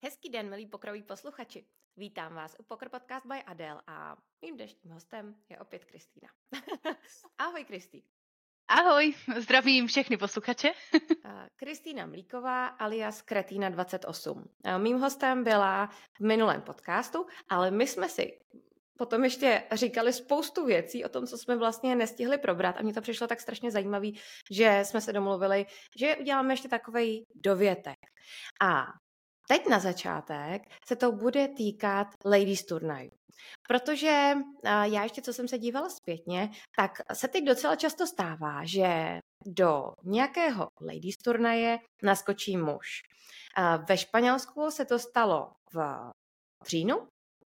Hezký den, milí pokroví posluchači. Vítám vás u Poker Podcast by Adele a mým dnešním hostem je opět Kristýna. Ahoj, Kristý. Ahoj, zdravím všechny posluchače. Kristýna Mlíková alias Kretína 28. Mým hostem byla v minulém podcastu, ale my jsme si potom ještě říkali spoustu věcí o tom, co jsme vlastně nestihli probrat a mně to přišlo tak strašně zajímavý, že jsme se domluvili, že uděláme ještě takovej dovětek. A teď na začátek se to bude týkat ladies turnajů. Protože já ještě, co jsem se dívala zpětně, tak se teď docela často stává, že do nějakého ladies turnaje naskočí muž. Ve Španělsku se to stalo v říjnu,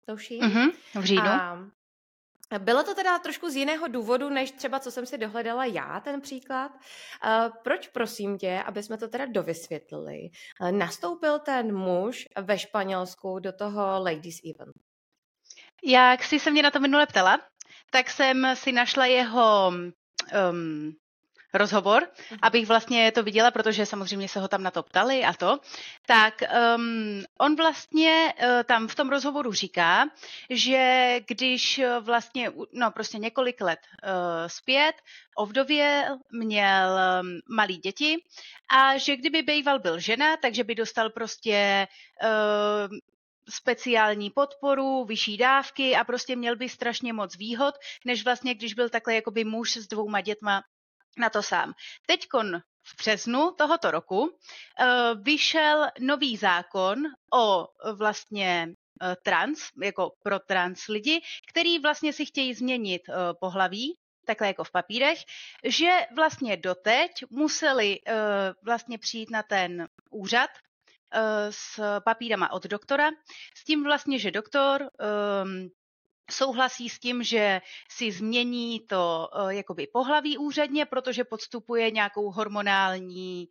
v říjnu. A bylo to teda trošku z jiného důvodu, než třeba, co jsem si dohledala já, ten příklad. Proč, prosím tě, aby jsme to teda dovysvětlili, nastoupil ten muž ve Španělsku do toho ladies event? Jak jsi se mě na to minule ptala, tak jsem si našla jeho rozhovor, abych vlastně to viděla, protože samozřejmě se ho tam na to ptali a to. Tak on vlastně tam v tom rozhovoru říká, že když vlastně, prostě několik let zpět ovdověl, měl malý děti a že kdyby býval byl žena, takže by dostal prostě speciální podporu, vyšší dávky a prostě měl by strašně moc výhod, než vlastně, když byl takhle jakoby muž s 2 dětma na to sám. Teďkon v březnu tohoto roku vyšel nový zákon o vlastně trans, jako pro trans lidi, který vlastně si chtějí změnit pohlaví, takhle jako v papírech, že vlastně doteď museli vlastně přijít na ten úřad s papírama od doktora, s tím vlastně, že doktor souhlasí s tím, že si změní to jakoby pohlaví úředně, protože podstupuje nějakou hormonální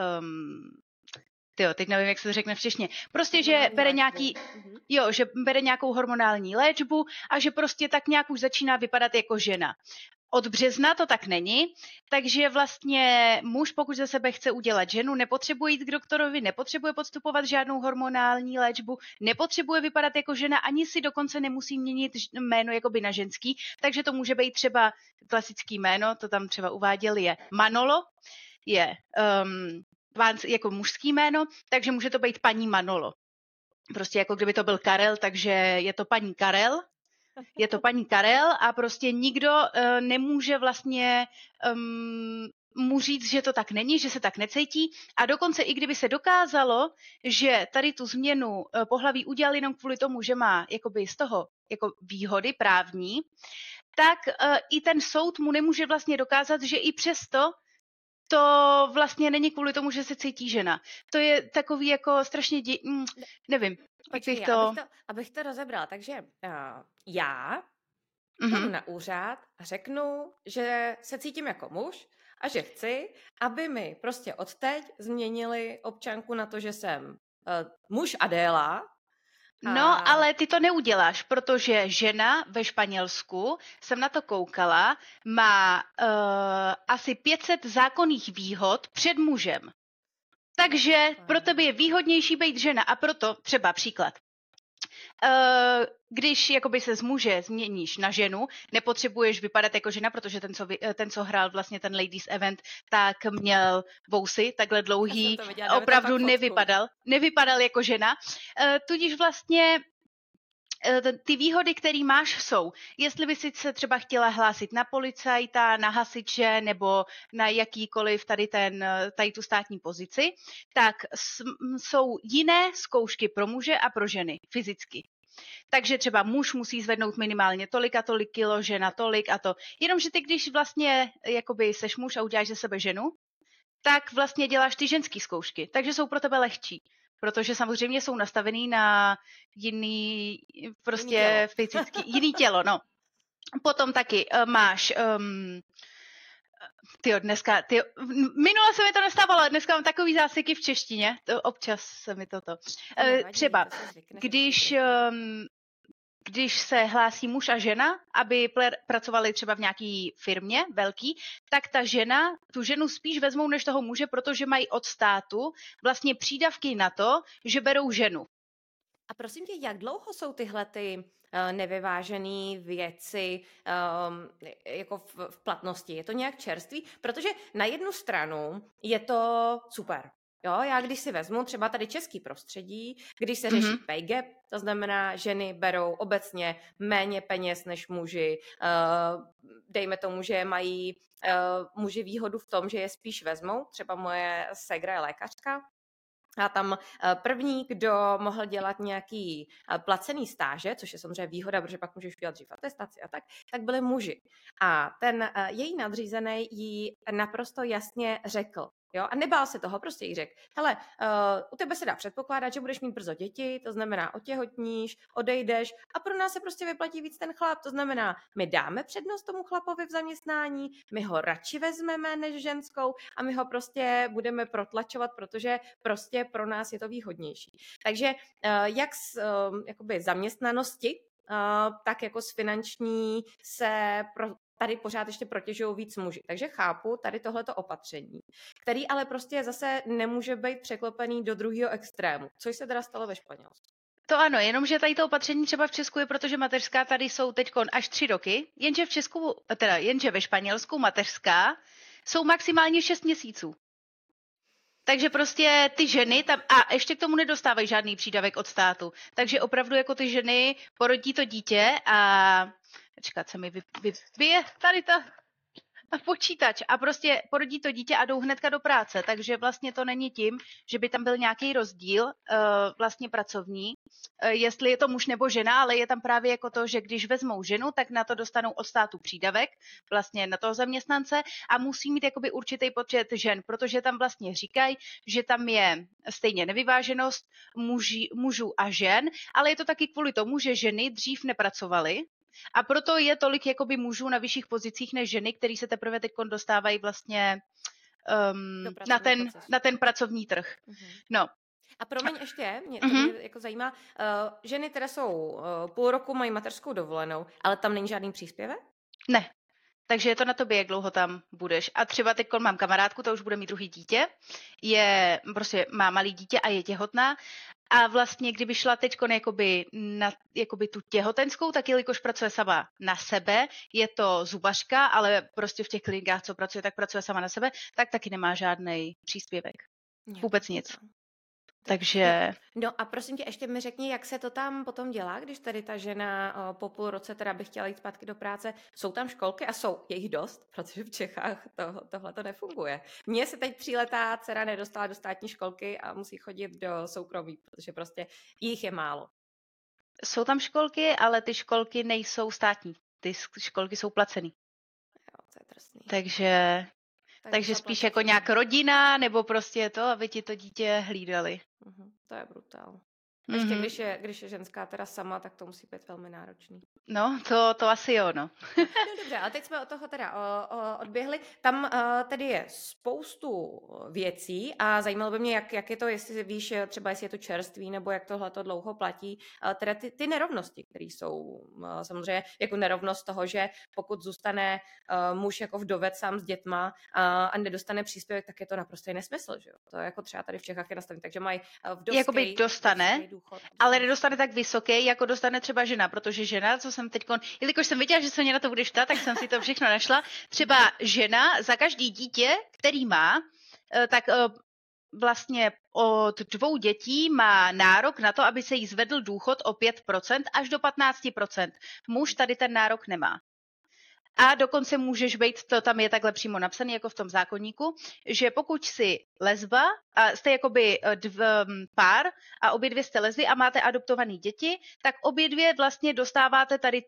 teď nevím, jak se to řekne v češtině. Prostě, že bere že bere nějakou hormonální léčbu a že prostě tak nějak už začíná vypadat jako žena. Od března to tak není, takže vlastně muž, pokud ze sebe chce udělat ženu, nepotřebuje jít k doktorovi, nepotřebuje podstupovat žádnou hormonální léčbu, nepotřebuje vypadat jako žena, ani si dokonce nemusí měnit jméno jakoby na ženský, takže to může být třeba klasický jméno, to tam třeba uváděl, je Manolo, je jako mužský jméno, takže může to být paní Manolo. Prostě jako kdyby to byl Karel, takže je to paní Karel. Je to paní Karel a prostě nikdo nemůže vlastně mu říct, že to tak není, že se tak necítí a dokonce i kdyby se dokázalo, že tady tu změnu pohlaví udělal jenom kvůli tomu, že má jakoby z toho jako výhody právní, tak i ten soud mu nemůže vlastně dokázat, že i přesto to vlastně není kvůli tomu, že se cítí žena. To je takový jako strašně, nevím. Počkej, abych to rozebrala. Takže já jdu na úřad a řeknu, že se cítím jako muž a že chci, aby mi prostě odteď změnili občanku na to, že jsem muž Adéla. No, ale ty to neuděláš, protože žena ve Španělsku, jsem na to koukala, má asi 500 zákonných výhod před mužem. Takže pro tebe je výhodnější být žena a proto třeba příklad. Když jakoby se z muže změníš na ženu, nepotřebuješ vypadat jako žena, protože ten, co hrál vlastně ten ladies event, tak měl vousy takhle dlouhý, opravdu nevypadal jako žena. Tudíž vlastně ty výhody, které máš, jsou, jestli by si se třeba chtěla hlásit na policajta, na hasiče nebo na jakýkoliv tady tu státní pozici, tak jsou jiné zkoušky pro muže a pro ženy fyzicky. Takže třeba muž musí zvednout minimálně tolik a tolik kilo, žena tolik a to. Jenomže ty, když vlastně jakoby seš muž a uděláš ze sebe ženu, tak vlastně děláš ty ženský zkoušky, takže jsou pro tebe lehčí. Protože samozřejmě jsou nastavený na jiný tělo, no. Potom taky máš minule se mi to nestávalo, ale dneska mám takový záseky v češtině, občas se mi toto. Třeba, když se hlásí muž a žena, aby pracovali třeba v nějaký firmě velký, tak tu ženu spíš vezmou než toho muže, protože mají od státu vlastně přídavky na to, že berou ženu. A prosím tě, jak dlouho jsou tyhle ty nevyvážené věci jako v platnosti? Je to nějak čerstvý? Protože na jednu stranu je to super. Jo, já když si vezmu třeba tady český prostředí, když se řeší pay gap, to znamená, ženy berou obecně méně peněz než muži, dejme tomu, že mají muži výhodu v tom, že je spíš vezmou, třeba moje ségra je lékařka, a tam první, kdo mohl dělat nějaký placený stáže, což je samozřejmě výhoda, protože pak můžeš udělat dřív atestaci a tak byli muži. A ten její nadřízený jí naprosto jasně řekl, jo, a nebál se toho, prostě jí řekl, hele, u tebe se dá předpokládat, že budeš mít brzo děti, to znamená otěhotníš, odejdeš a pro nás se prostě vyplatí víc ten chlap, to znamená, my dáme přednost tomu chlapovi v zaměstnání, my ho radši vezmeme než ženskou a my ho prostě budeme protlačovat, protože prostě pro nás je to výhodnější. Takže jak z jakoby zaměstnanosti, tak jako z finanční se tady pořád ještě protěžují víc muži. Takže chápu tady tohleto opatření, který ale prostě zase nemůže být překlopený do druhého extrému, což se teda stalo ve Španělsku. To ano, jenomže tady to opatření třeba v Česku je, protože mateřská tady jsou teď až 3 roky, jenže ve Španělsku mateřská jsou maximálně 6 měsíců. Takže prostě ty ženy tam, a ještě k tomu nedostávají žádný přídavek od státu, takže opravdu jako ty ženy porodí to dítě a počkat, se mi vybije tady ta počítač a prostě porodí to dítě a jdou hnedka do práce, takže vlastně to není tím, že by tam byl nějaký rozdíl vlastně pracovní, jestli je to muž nebo žena, ale je tam právě jako to, že když vezmou ženu, tak na to dostanou od státu přídavek, vlastně na toho zaměstnance a musí mít jakoby určitý počet žen, protože tam vlastně říkají, že tam je stejně nevyváženost mužů a žen, ale je to taky kvůli tomu, že ženy dřív nepracovaly, a proto je tolik jakoby mužů na vyšších pozicích než ženy, který se teprve teď dostávají vlastně na ten pracovní trh. No. A promiň ještě, mě to jako zajímá, ženy teda jsou půl roku, mají mateřskou dovolenou, ale tam není žádný příspěvek? Ne. Takže je to na tobě, jak dlouho tam budeš. A třeba teď mám kamarádku, ta už bude mít druhý dítě, prostě má malý dítě a je těhotná. A vlastně, kdyby šla teď na tu těhotenskou, tak jelikož pracuje sama na sebe, je to zubařka, ale prostě v těch klinikách, co pracuje, tak pracuje sama na sebe, tak taky nemá žádný příspěvek. Vůbec nic. Takže... No a prosím tě, ještě mi řekni, jak se to tam potom dělá, když tady ta žena po půl roce teda by chtěla jít zpátky do práce. Jsou tam školky a je jich dost, protože v Čechách tohle to nefunguje. Mně se teď 3letá dcera nedostala do státní školky a musí chodit do soukromí, protože prostě jich je málo. Jsou tam školky, ale ty školky nejsou státní. Ty školky jsou placený. Jo, to je drsný. Takže spíš jako nějak rodina, nebo prostě to, aby ti to dítě hlídali. To je brutál. Ještě když je ženská teda sama, tak to musí být velmi náročný. No, to asi jo, no. No dobře, ale teď jsme od toho teda odběhli. Tam tedy je spoustu věcí a zajímalo by mě, jak je to, jestli víš, třeba jestli je to čerství, nebo jak tohle to dlouho platí. Teda ty nerovnosti, které jsou samozřejmě jako nerovnost toho, že pokud zůstane muž jako vdovec sám s dětma a nedostane příspěvek, tak je to naprosto nesmysl, že jo? To je jako třeba tady v Čechách je nastavený, takže mají vdovský jakoby dostane, důchod, ale nedostane tak vysoký, jako dostane třeba žena, protože žena, co jsem teď, jelikož jsem viděla, že se mě na to budeš ptát, tak jsem si to všechno našla. Třeba žena za každý dítě, který má, tak vlastně od 2 dětí má nárok na to, aby se jí zvedl důchod o 5% až do 15%. Muž tady ten nárok nemá. A dokonce můžeš být, to tam je takhle přímo napsané, jako v tom zákonníku, že pokud jsi lesba a jste jakoby pár a obě dvě jste lesby a máte adoptované děti, tak obě dvě vlastně dostáváte tady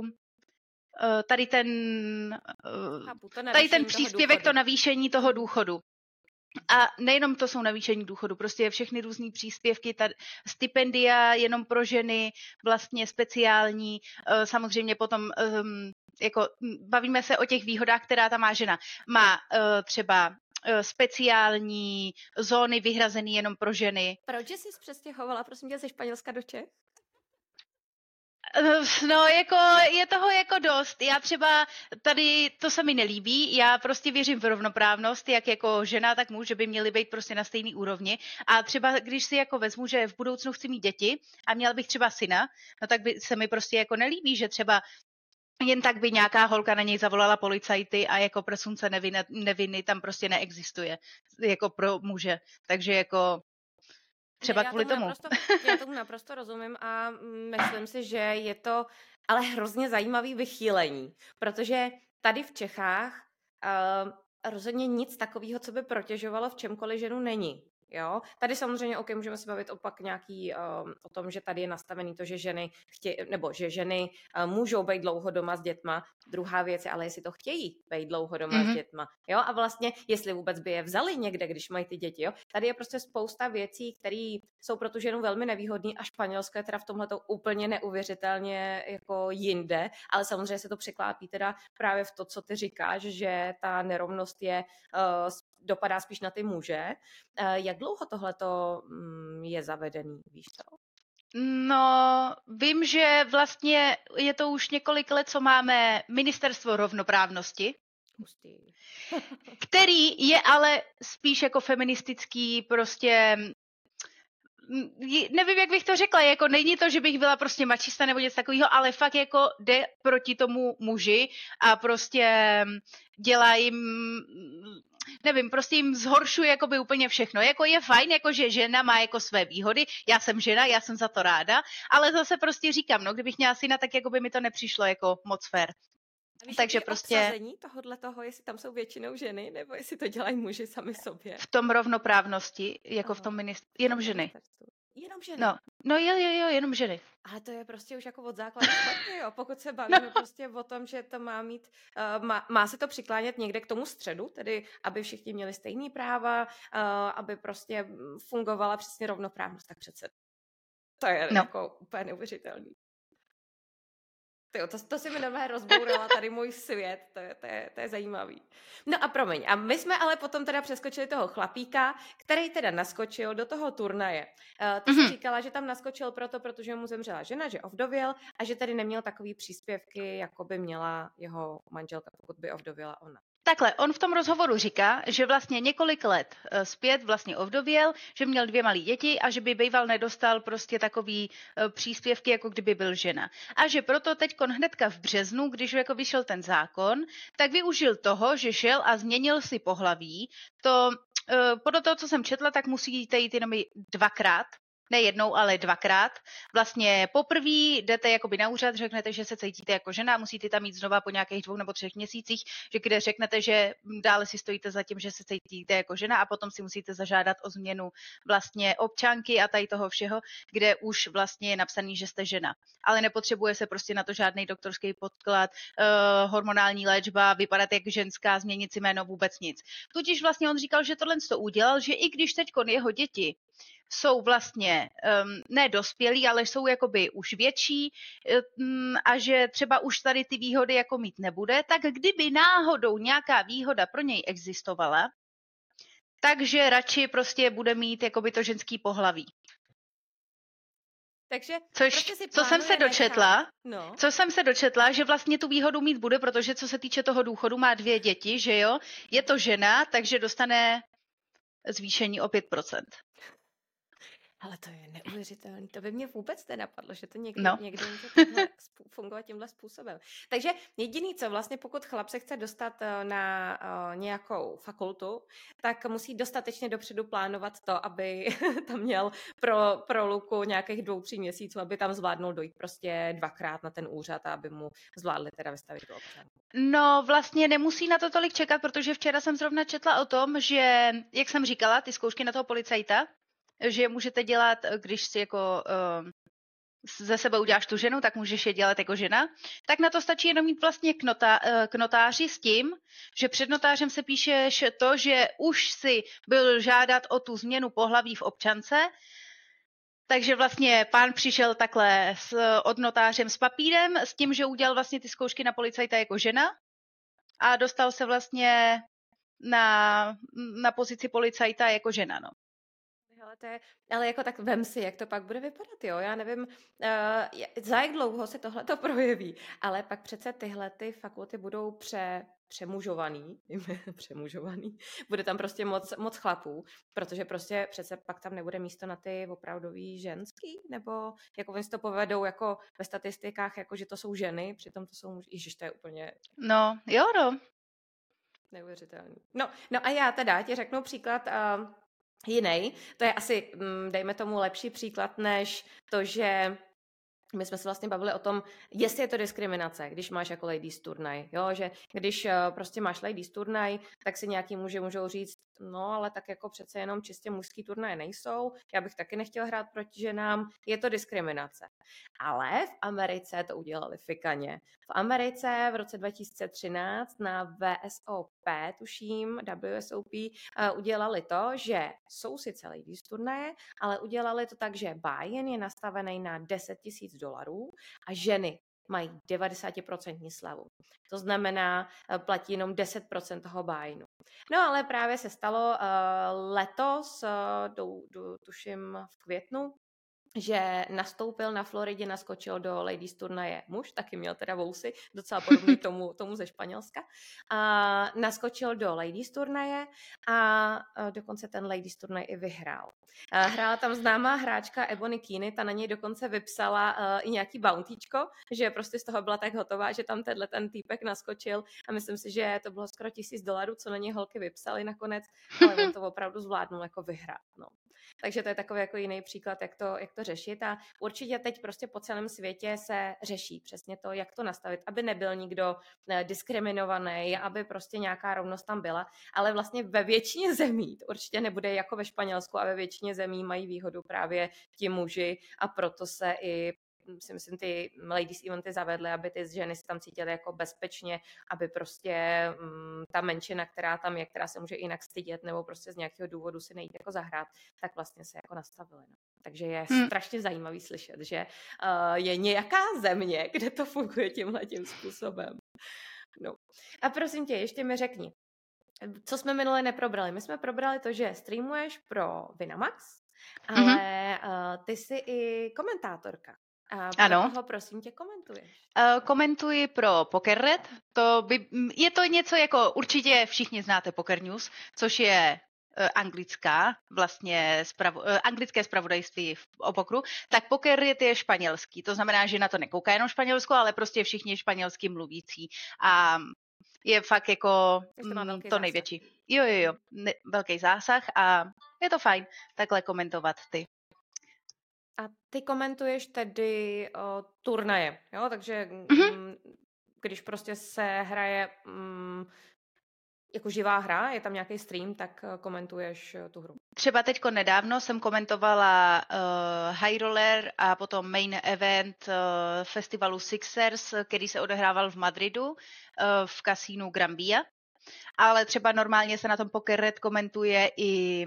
ten příspěvek, to navýšení toho důchodu. A nejenom to jsou navýšení důchodu, prostě všechny různý příspěvky, stipendia jenom pro ženy, vlastně speciální, samozřejmě potom jako bavíme se o těch výhodách, která tam má žena. Má třeba speciální zóny vyhrazené jenom pro ženy. Proč jsi přestěhovala, prosím tě, ze Španělska do Čech? No, jako je toho jako dost. Já třeba tady, to se mi nelíbí, já prostě věřím v rovnoprávnost, jak jako žena, tak muž, že by měli být prostě na stejný úrovni. A třeba když si jako vezmu, že v budoucnu chci mít děti a měla bych třeba syna, no tak by se mi prostě jako nelíbí, že třeba jen tak by nějaká holka na něj zavolala policajty a jako presumpce neviny tam prostě neexistuje. Jako pro muže. Takže jako třeba kvůli tomu. Já tomu naprosto rozumím a myslím si, že je to ale hrozně zajímavý vychýlení, protože tady v Čechách rozhodně nic takového, co by protěžovalo v čemkoliv ženu, není. Jo? Tady samozřejmě můžeme se bavit opak nějaký o tom, že tady je nastavený to, že ženy že ženy můžou být dlouho doma s dětma. Druhá věc je, ale jestli to chtějí být dlouho doma s dětma. Jo? A vlastně, jestli vůbec by je vzali někde, když mají ty děti. Jo? Tady je prostě spousta věcí, které jsou pro tu ženu velmi nevýhodné a Španělsko je teda v tomhleto úplně neuvěřitelně jako jinde, ale samozřejmě se to překlápí teda právě v to, co ty říkáš, že ta nerovnost dopadá spíš na ty muže. Jak dlouho tohleto je zavedený, víš to? No, vím, že vlastně je to už několik let, co máme Ministerstvo rovnoprávnosti, který je ale spíš jako feministický, prostě nevím, jak bych to řekla, jako není to, že bych byla prostě mačista nebo něco takového, ale fakt jako jde proti tomu muži a prostě dělá jim, nevím, prostě jim zhoršuje jakoby úplně všechno. Jako je fajn, jako že žena má jako své výhody, já jsem žena, já jsem za to ráda, ale zase prostě říkám, no, kdybych měla syna, tak jakoby mi to nepřišlo jako moc fér. Víš, takže prostě obsazení toho, jestli tam jsou většinou ženy, nebo jestli to dělají muži sami sobě? V tom rovnoprávnosti, jako v tom jenom ženy. Jenom ženy? No jo, jenom ženy. Ale to je prostě už jako od základu špatně, jo. Pokud se bavíme prostě o tom, že to má mít, má se to přiklánět někde k tomu středu, tedy aby všichni měli stejný práva, aby prostě fungovala přesně rovnoprávnost, tak přece to je jako úplně neuvěřitelný. To si mi normálně rozbourala tady můj svět, to je zajímavý. No a promiň, a my jsme ale potom teda přeskočili toho chlapíka, který teda naskočil do toho turnaje. Ty jsi říkala, že tam naskočil protože mu zemřela žena, že ovdověl a že tady neměl takový příspěvky, jako by měla jeho manželka, pokud by ovdověla ona. Takhle, on v tom rozhovoru říká, že vlastně několik let zpět vlastně ovdověl, že měl 2 malé děti a že by býval nedostal prostě takový příspěvky, jako kdyby byl žena. A že proto teďkon hnedka v březnu, když jako vyšel ten zákon, tak využil toho, že šel a změnil si pohlaví. To podle toho, co jsem četla, tak musíte jít jenom 2krát. Ne jednou, ale 2krát. Vlastně poprvé jdete jakoby na úřad, řeknete, že se cítíte jako žena, musíte tam jít znova po nějakých 2 nebo 3 měsících, že kde řeknete, že dále si stojíte za tím, že se cítíte jako žena a potom si musíte zažádat o změnu vlastně občanky a tady toho všeho, kde už vlastně je napsaný, že jste žena. Ale nepotřebuje se prostě na to žádný doktorský podklad, hormonální léčba, vypadat jak ženská, změnit si jméno, vůbec nic. Tudíž vlastně on říkal, že tohle to udělal, že i když teďkon jeho děti jsou vlastně ne dospělí, ale jsou jakoby už větší a že třeba už tady ty výhody jako mít nebude, tak kdyby náhodou nějaká výhoda pro něj existovala, takže radši prostě bude mít jakoby to ženský pohlaví. Takže co jsem se dočetla, že vlastně tu výhodu mít bude, protože co se týče toho důchodu, má 2 děti, že jo, je to žena, takže dostane zvýšení o 5%. Ale to je neuvěřitelný. To by mě vůbec nenapadlo, že to někdy může fungovat tímhle způsobem. Takže jediný co, vlastně pokud chlap se chce dostat na nějakou fakultu, tak musí dostatečně dopředu plánovat to, aby tam měl pro luku nějakých 2-3 měsíců, aby tam zvládnul dojít prostě 2krát na ten úřad a aby mu zvládli teda vystavit tu občanku. No vlastně nemusí na to tolik čekat, protože včera jsem zrovna četla o tom, že, jak jsem říkala, ty zkoušky na toho policajta, že můžete dělat, když si jako ze sebe uděláš tu ženu, tak můžeš je dělat jako žena, tak na to stačí jenom jít vlastně k notáři s tím, že před notářem se píšeš to, že už si byl žádat o tu změnu pohlaví v občance, takže vlastně pán přišel takhle od notářem s papírem, s tím, že udělal vlastně ty zkoušky na policajta jako žena a dostal se vlastně na pozici policajta jako žena, no. Ale jako tak vem si, jak to pak bude vypadat, jo? Já nevím, za jak dlouho se tohle to projeví, ale pak přece tyhle ty fakulty budou přemužovaný, přemužovaný, bude tam prostě moc chlapů, protože prostě přece pak tam nebude místo na ty opravdový ženský, nebo jako oni si to povedou jako ve statistikách, jako že to jsou ženy, přitom to jsou muži, ježiš, to je úplně... No, jo, no. Neuvěřitelný. No a já teda ti řeknu příklad jiný. To je asi, dejme tomu, lepší příklad, než to, že my jsme se vlastně bavili o tom, jestli je to diskriminace, když máš jako ladies turnaj, jo, že když prostě máš ladies turnaj, tak si nějaký muži můžou říct, no ale tak jako přece jenom čistě mužský turnaje nejsou, já bych taky nechtěl hrát proti ženám, je to diskriminace. Ale v Americe to udělali fikaně. V Americe v roce 2013 na VSOP, tuším, WSOP, udělali to, že jsou sice ladies turnaje, ale udělali to tak, že buy-in je nastavený na $10,000 a ženy mají 90% slavu. To znamená, platí jenom 10% toho buy-inu. No ale právě se stalo letos, tuším v květnu, že nastoupil na Floridě, naskočil do ladies turnaje muž, taky měl teda vousy, docela podobný tomu ze Španělska. A naskočil do ladies turnaje a dokonce ten ladies turnaj i vyhrál. Hrála tam známá hráčka Ebony Keeny, ta na něj dokonce vypsala i nějaký bountyčko, že prostě z toho byla tak hotová, že tam ten týpek naskočil a myslím si, že to bylo skoro $1,000, co na něj holky vypsali nakonec, ale on to opravdu zvládnul jako vyhrát. No. Takže to je takový jako jiný příklad, jak to řešit a určitě teď prostě po celém světě se řeší přesně to, jak to nastavit, aby nebyl nikdo diskriminovaný, aby prostě nějaká rovnost tam byla, ale vlastně ve většině zemí, to určitě nebude jako ve Španělsku a ve většině zemí mají výhodu právě ti muži a proto se i si myslím, ty ladies eventy zavedly, aby ty ženy se tam cítily jako bezpečně, aby prostě ta menšina, která tam je, která se může jinak stydět nebo prostě z nějakého důvodu si nejít jako zahrát, tak vlastně se jako nastavily. No. Takže je strašně zajímavý slyšet, že je nějaká země, kde to funguje tímhletím způsobem. No. A prosím tě, ještě mi řekni, co jsme minule neprobrali? My jsme probrali to, že streamuješ pro Winamax, ale ty jsi i komentátorka. A pro koho, prosím tě, komentuješ? Komentuji pro PokerRed. Je to něco jako, určitě všichni znáte Poker News, což je anglické zpravodajství o pokru, tak PokerRed je španělský. To znamená, že na to nekouká jenom Španělsko, ale prostě všichni španělsky mluvící. A je fakt jako to největší. Jo. Velký zásah a je to fajn takhle komentovat ty. A ty komentuješ tedy turnaje, jo? Takže když prostě se hraje jako živá hra, je tam nějaký stream, tak komentuješ tu hru. Třeba teďko nedávno jsem komentovala High Roller a potom main event festivalu Sixers, který se odehrával v Madridu v kasínu Grambia. Ale třeba normálně se na tom PokerRed komentuje i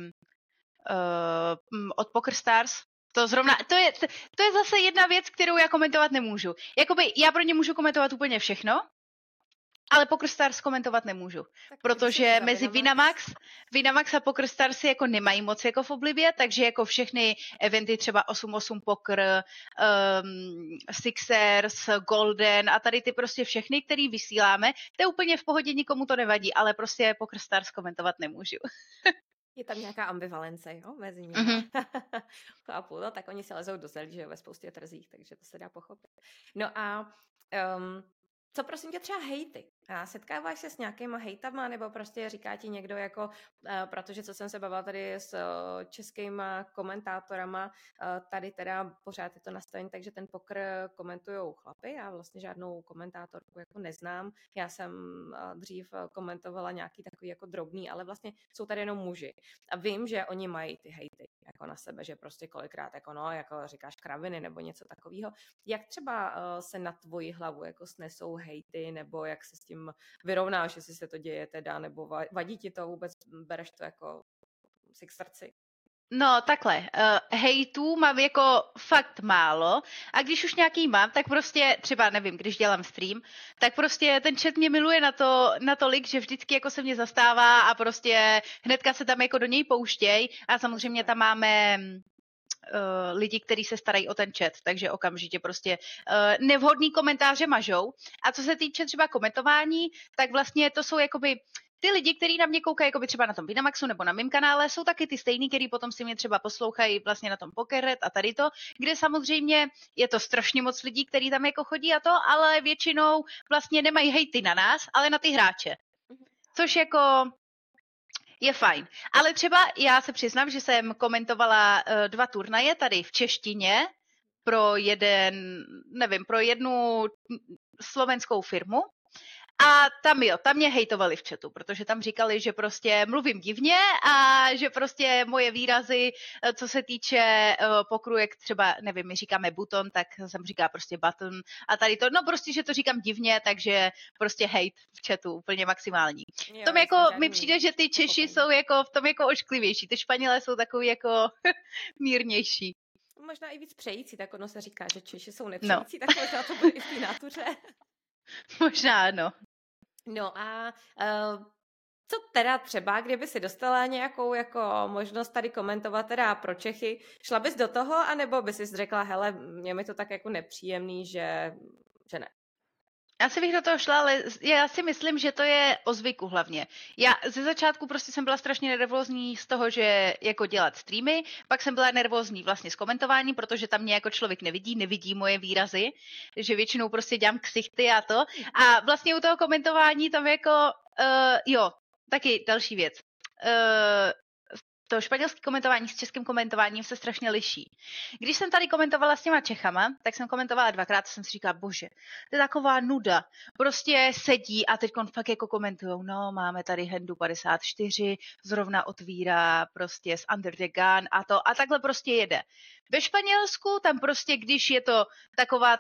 od PokerStars. To je zase jedna věc, kterou já komentovat nemůžu. Jakoby já pro ně můžu komentovat úplně všechno, ale PokerStars komentovat nemůžu, tak protože mezi Winamax a PokerStars jako nemají moc jako v oblibě, takže jako všechny eventy třeba 8-8 Poker, Sixers, Golden a tady ty prostě všechny, který vysíláme, to je úplně v pohodě, nikomu to nevadí, ale prostě PokerStars komentovat nemůžu. Je tam nějaká ambivalence, jo, mezi nimi. Chápu, no, tak oni se lezou do zelí, že ve spoustě trzích, takže to se dá pochopit. No a co prosím tě třeba hejty? A setkáváš se s nějakýma hejtama, nebo prostě říká ti někdo jako, protože co jsem se bavila tady s českýma komentátorama, tady teda pořád je to nastavení, takže ten poker komentujou chlapy, já vlastně žádnou komentátorku jako neznám, já jsem dřív komentovala nějaký takový jako drobný, ale vlastně jsou tady jenom muži. A vím, že oni mají ty hejty jako na sebe, že prostě kolikrát jako jako říkáš kraviny nebo něco takového. Jak třeba se na tvoji hlavu jako snesou hejty, nebo jak se s tím vyrovnáš, jestli se to děje teda, nebo vadí ti to vůbec, bereš to jako si k srdci? No takhle, hejtů mám jako fakt málo a když už nějaký mám, tak prostě třeba nevím, když dělám stream, tak prostě ten chat mě miluje natolik, že vždycky jako se mě zastává a prostě hnedka se tam jako do něj pouštěj a samozřejmě tam máme lidi, kteří se starají o ten chat, takže okamžitě prostě nevhodný komentáře mažou. A co se týče třeba komentování, tak vlastně to jsou jakoby ty lidi, kteří na mě koukají jakoby třeba na tom Vinamaxu nebo na mém kanále, jsou taky ty stejný, který potom si mě třeba poslouchají vlastně na tom Pokerhead a tady to, kde samozřejmě je to strašně moc lidí, kteří tam jako chodí a to, ale většinou vlastně nemají hejty na nás, ale na ty hráče. Což jako je fajn. Ale třeba já se přiznám, že jsem komentovala 2 turnaje tady v češtině pro jednu slovenskou firmu. A tam mě hejtovali v chatu, protože tam říkali, že prostě mluvím divně a že prostě moje výrazy, co se týče pokrůjek, třeba, nevím, my říkáme button, tak jsem říká prostě button a tady to, no prostě, že to říkám divně, takže prostě hejt v chatu úplně maximální. Jo, v tom jako mi přijde, že ty Češi jsou jako v tom jako ošklivější, ty Španělé jsou takový jako mírnější. Možná i víc přející, tak ono se říká, že Češi jsou nepřející, tak možná to bude i v té nátuře. Možná ano. No a co teda třeba, kdyby si dostala nějakou jako možnost tady komentovat teda pro Čechy, šla bys do toho, anebo bys si řekla, hele, mě mi to tak jako nepříjemný, že ne? Asi bych do toho šla, ale já si myslím, že to je o zvyku hlavně. Já ze začátku prostě jsem byla strašně nervózní z toho, že jako dělat streamy, pak jsem byla nervózní vlastně z komentování, protože tam mě jako člověk nevidí moje výrazy, že většinou prostě dělám ksichty a to. A vlastně u toho komentování tam jako, jo, taky další věc. To španělské komentování s českým komentováním se strašně liší. Když jsem tady komentovala s těma Čechama, tak jsem komentovala 2krát a jsem si říkala, bože, to je taková nuda. Prostě sedí a teď fakt jako komentujou, no máme tady Hendu 54, zrovna otvírá prostě z Under the Gun a to a takhle prostě jede. Ve Španělsku tam prostě, když je to taková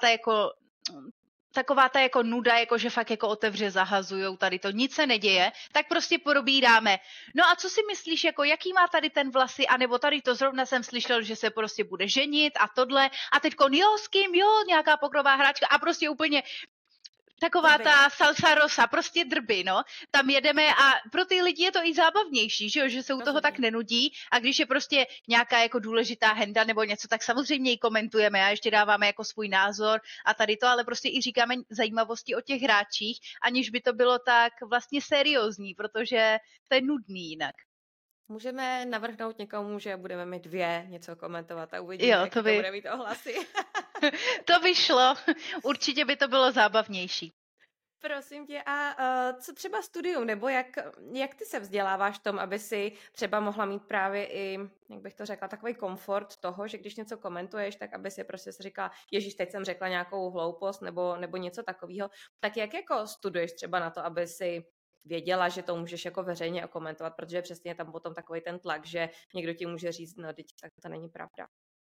ta jako nuda, jako že fakt jako otevře, zahazujou tady to, nic se neděje, tak prostě probíráme. No a co si myslíš, jako jaký má tady ten vlasy, anebo tady to zrovna jsem slyšel, že se prostě bude ženit a tohle a teďkon jo, s kým, jo, nějaká pokrová hráčka a prostě úplně taková ta salsa rosa, prostě drby, no. Tam jedeme a pro ty lidi je to i zábavnější, že se u toho tak nenudí a když je prostě nějaká jako důležitá henda nebo něco, tak samozřejmě ji komentujeme a ještě dáváme jako svůj názor a tady to, ale prostě i říkáme zajímavosti o těch hráčích, aniž by to bylo tak vlastně seriózní, protože to je nudný jinak. Můžeme navrhnout někomu, že budeme mít 2 něco komentovat a uvidíme, jak to bude mít ohlasy. To by šlo. Určitě by to bylo zábavnější. Prosím tě, a co třeba studium, nebo jak ty se vzděláváš v tom, aby si třeba mohla mít právě i, jak bych to řekla, takový komfort toho, že když něco komentuješ, tak aby si prostě si říkala, ježíš, teď jsem řekla nějakou hloupost nebo něco takového, tak jak jako studuješ třeba na to, aby si věděla, že to můžeš jako veřejně komentovat, protože přesně je tam potom takový ten tlak, že někdo ti může říct, no teď tak to není pravda.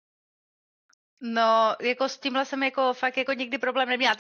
No, jako s tímhle jsem jako fakt jako nikdy problém neměla.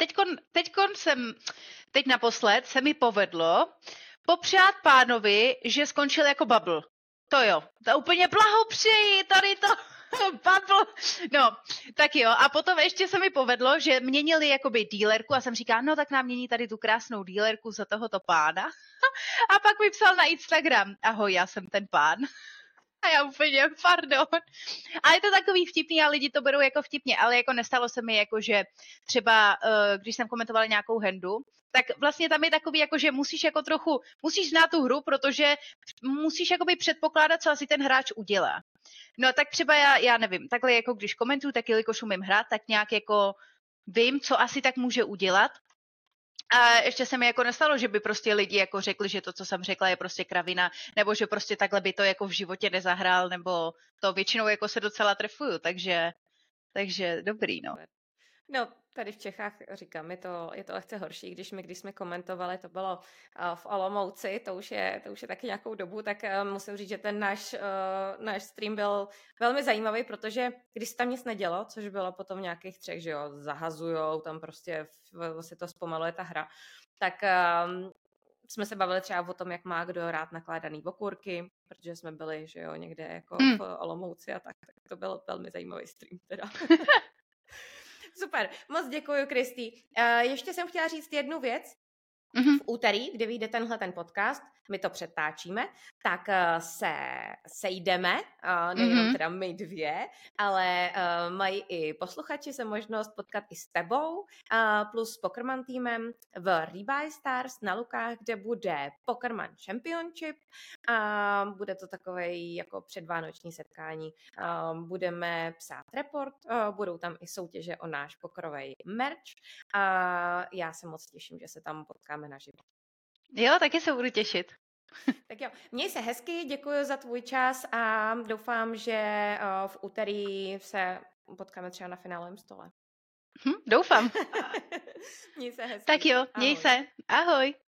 Teď naposled se mi povedlo popřát pánovi, že skončil jako bubble. To jo, to úplně blahopřeji, tady to bubble. No, tak jo, a potom ještě se mi povedlo, že měnili jakoby dílerku a jsem říkala, no tak nám mění tady tu krásnou dílerku za tohoto pána. A pak mi psal na Instagram, ahoj, já jsem ten pán. A já úplně, pardon. A je to takový vtipný a lidi to berou jako vtipně, ale jako nestalo se mi jako, že třeba, když jsem komentovala nějakou hendu, tak vlastně tam je takový jako, že musíš znát tu hru, protože musíš jakoby předpokládat, co asi ten hráč udělá. No tak třeba já nevím, takhle jako když komentuju, tak jelikož umím hrát, tak nějak jako vím, co asi tak může udělat. A ještě se mi jako nestalo, že by prostě lidi jako řekli, že to, co jsem řekla, je prostě kravina, nebo že prostě takhle by to jako v životě nezahrál, nebo to většinou jako se docela trefuju, takže dobrý, no. No, tady v Čechách, říkám, je to lehce horší, když jsme komentovali, to bylo v Olomouci, to už je taky nějakou dobu, tak musím říct, že ten náš stream byl velmi zajímavý, protože když se tam nic nedělo, což bylo potom nějakých 3, že jo, zahazujou, tam prostě se to zpomaluje ta hra, tak jsme se bavili třeba o tom, jak má kdo rád nakládaný okurky, protože jsme byli, že jo, někde jako v Olomouci a tak to byl velmi zajímavý stream teda. Super, moc děkuji, Kristý. Ještě jsem chtěla říct jednu věc. V úterý, kdy vyjde ten podcast, my to přetáčíme, tak se sejdeme, nejenom teda my dvě, ale mají i posluchači se možnost potkat i s tebou, plus s Pokerman týmem v Rebuy Stars na Lukách, kde bude Pokerman Championship a bude to takové jako předvánoční setkání. Budeme psát report, budou tam i soutěže o náš pokerový merch a já se moc těším, že se tam potkáme naživo. Jo, taky se budu těšit. Tak jo, měj se hezky, děkuji za tvůj čas a doufám, že v úterý se potkáme třeba na finálovém stole. Doufám. Měj se hezky. Tak jo, měj se. Ahoj.